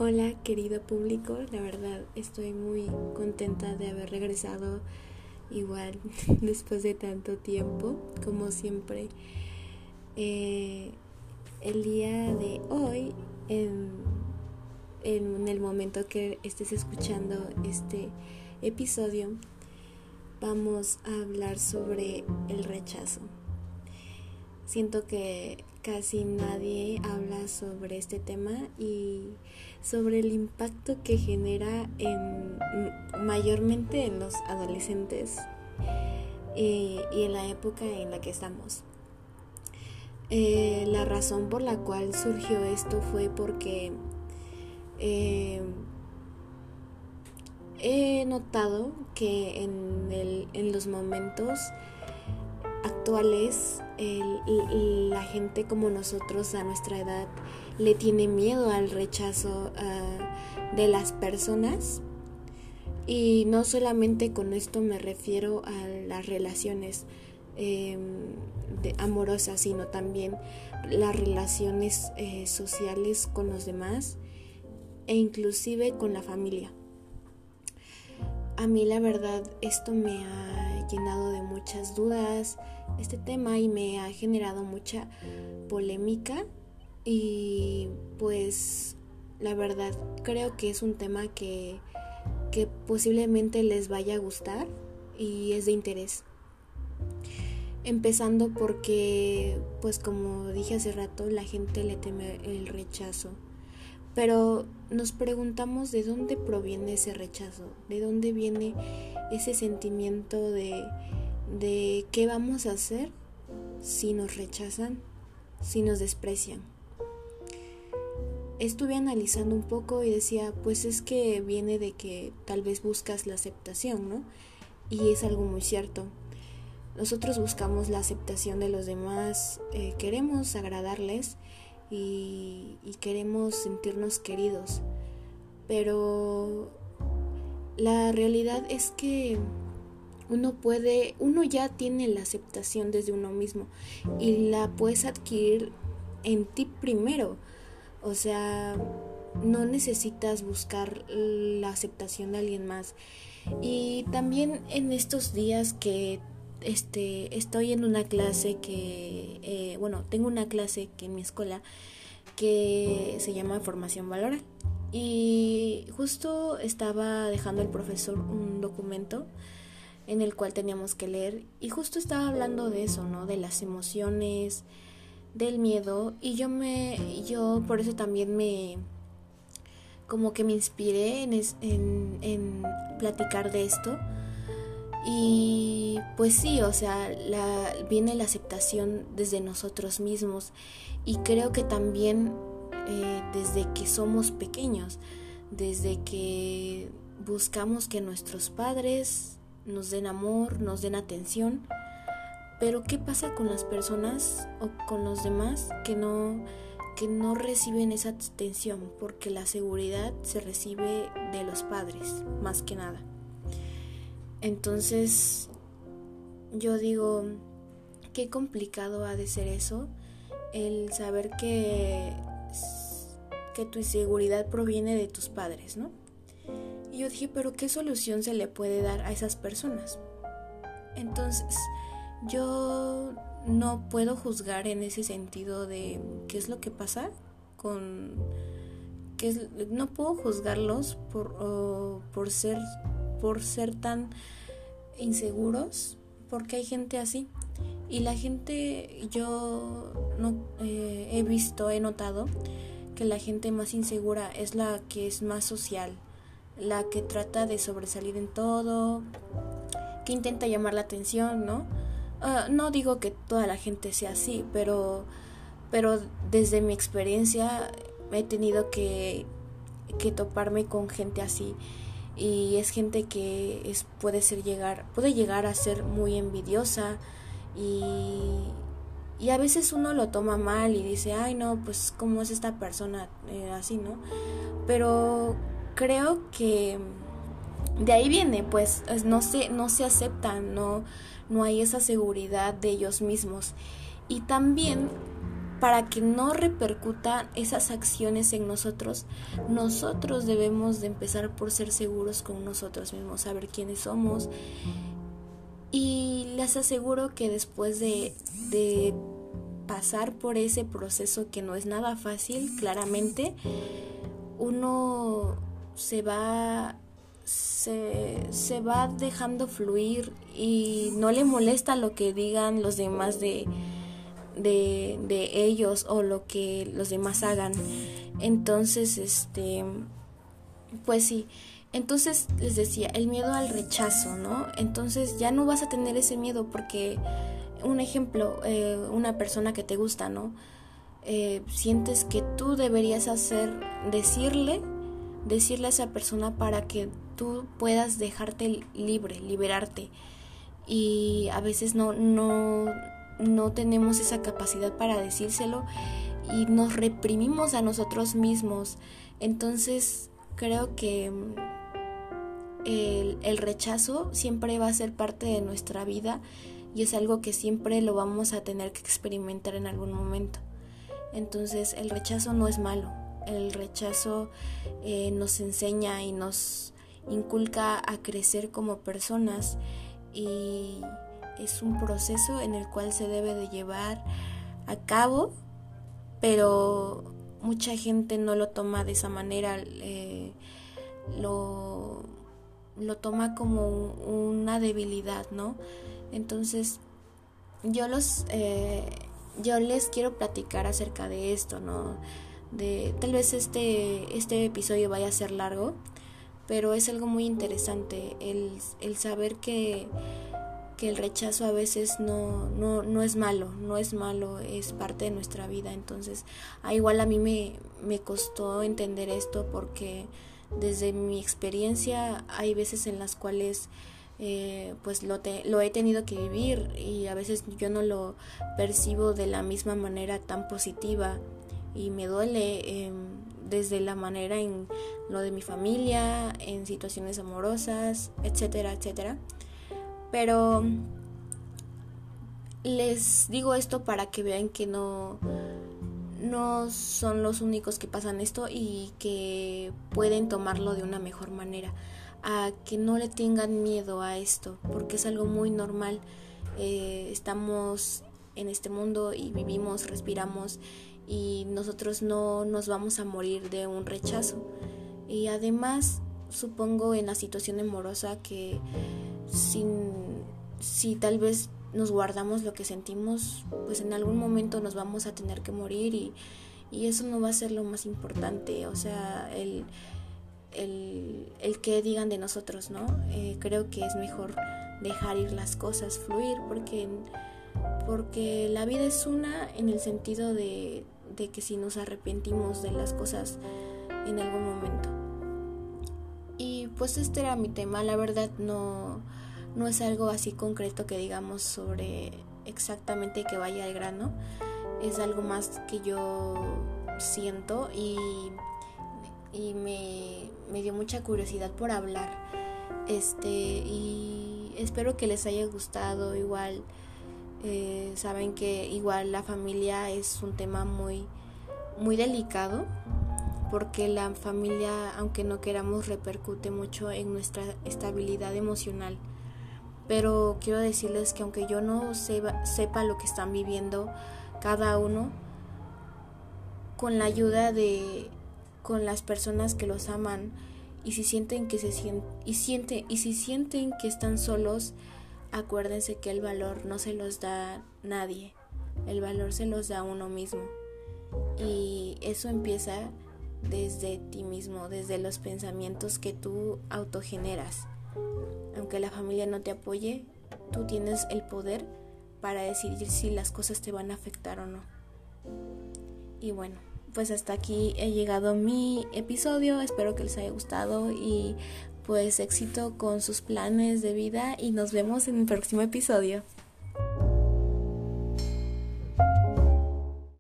Hola querido público, la verdad estoy muy contenta de haber regresado igual después de tanto tiempo, como siempre. Eh, el día de hoy, en el momento que estés escuchando este episodio, vamos a hablar sobre el rechazo. Siento que casi nadie habla sobre este tema y sobre el impacto que genera mayormente en los adolescentes y en la época en la que estamos. La razón por la cual surgió esto fue porque he notado que en los momentos actuales la gente como nosotros a nuestra edad le tiene miedo al rechazo de las personas, y no solamente con esto me refiero a las relaciones amorosas, sino también las relaciones sociales con los demás e inclusive con la familia. A mí la verdad esto me ha llenado de muchas dudas este tema y me ha generado mucha polémica, y pues la verdad creo que es un tema que posiblemente les vaya a gustar y es de interés. Empezando porque, pues como dije hace rato, la gente le teme el rechazo. Pero nos preguntamos de dónde proviene ese rechazo, de dónde viene ese sentimiento de qué vamos a hacer si nos rechazan, si nos desprecian. Estuve analizando un poco y decía, pues es que viene de que tal vez buscas la aceptación, ¿no? Y es algo muy cierto. Nosotros buscamos la aceptación de los demás, queremos agradarles y queremos sentirnos queridos, pero la realidad es que uno ya tiene la aceptación desde uno mismo y la puedes adquirir en ti primero. O sea, no necesitas buscar la aceptación de alguien más. Y también en estos días que estoy en una clase tengo una clase que en mi escuela que se llama Formación Valoral, y justo estaba dejando el profesor un documento en el cual teníamos que leer, y justo estaba hablando de eso, ¿no? De las emociones, del miedo, y yo por eso también como que me inspiré en platicar de esto. Y pues sí, o sea, viene la aceptación desde nosotros mismos, y creo que también desde que somos pequeños, desde que buscamos que nuestros padres nos den amor, nos den atención. Pero ¿qué pasa con las personas o con los demás que no reciben esa atención? Porque la seguridad se recibe de los padres, más que nada. Entonces, yo digo, qué complicado ha de ser eso, el saber que tu inseguridad proviene de tus padres, ¿no? Y yo dije, pero ¿qué solución se le puede dar a esas personas? Entonces, yo no puedo juzgar en ese sentido de qué es lo que pasa no puedo juzgarlos por ser tan inseguros, porque hay gente así, y la gente, yo no he notado que la gente más insegura es la que es más social, la que trata de sobresalir en todo, que intenta llamar la atención, ¿no? No digo que toda la gente sea así, pero desde mi experiencia he tenido que toparme con gente así, y es gente que puede llegar a ser muy envidiosa, y a veces uno lo toma mal y dice, ay no, pues cómo es esta persona así, ¿no? Pero creo que de ahí viene, pues no se aceptan, no hay esa seguridad de ellos mismos. Y también para que no repercutan esas acciones en nosotros, nosotros debemos de empezar por ser seguros con nosotros mismos, saber quiénes somos. Y les aseguro que después de pasar por ese proceso, que no es nada fácil, claramente, uno se va dejando fluir y no le molesta lo que digan los demás de ellos o lo que los demás hagan. Entonces, pues sí. Entonces les decía, el miedo al rechazo, ¿no? Entonces ya no vas a tener ese miedo porque, un ejemplo, una persona que te gusta, ¿no? Sientes que tú deberías decirle a esa persona para que tú puedas dejarte libre, liberarte. Y a veces no tenemos esa capacidad para decírselo y nos reprimimos a nosotros mismos. Entonces creo que el rechazo siempre va a ser parte de nuestra vida y es algo que siempre lo vamos a tener que experimentar en algún momento. Entonces el rechazo no es malo, el rechazo nos enseña y nos inculca a crecer como personas y es un proceso en el cual se debe de llevar a cabo, pero mucha gente no lo toma de esa manera, lo toma como una debilidad, ¿no? Entonces yo les quiero platicar acerca de esto, ¿no? Tal vez este episodio vaya a ser largo, pero es algo muy interesante el saber que el rechazo a veces no es malo, es parte de nuestra vida. Entonces, igual a mí me costó entender esto porque desde mi experiencia hay veces en las cuales pues lo he tenido que vivir y a veces yo no lo percibo de la misma manera tan positiva y me duele desde la manera en lo de mi familia, en situaciones amorosas, etcétera, etcétera. Pero les digo esto para que vean que no son los únicos que pasan esto y que pueden tomarlo de una mejor manera, a que no le tengan miedo a esto, porque es algo muy normal. Estamos en este mundo y vivimos, respiramos y nosotros no nos vamos a morir de un rechazo. Y además, supongo en la situación amorosa que si tal vez nos guardamos lo que sentimos, pues en algún momento nos vamos a tener que morir y eso no va a ser lo más importante, o sea, el que digan de nosotros, ¿no? Creo que es mejor dejar ir las cosas, fluir, porque la vida es una en el sentido de que si nos arrepentimos de las cosas en algún momento. Y pues este era mi tema, la verdad no es algo así concreto que digamos sobre exactamente que vaya al grano, es algo más que yo siento y me dio mucha curiosidad por hablar, y espero que les haya gustado. Igual saben que igual la familia es un tema muy, muy delicado, porque la familia, aunque no queramos, repercute mucho en nuestra estabilidad emocional. Pero quiero decirles que aunque yo no sepa lo que están viviendo cada uno, con la ayuda con las personas que los aman, y si sienten que si sienten que están solos, acuérdense que el valor no se los da nadie, el valor se los da uno mismo, y eso empieza desde ti mismo, desde los pensamientos que tú autogeneras. Aunque la familia no te apoye, tú tienes el poder para decidir si las cosas te van a afectar o no. Y bueno, pues hasta aquí he llegado mi episodio, espero que les haya gustado y pues éxito con sus planes de vida y nos vemos en el próximo episodio.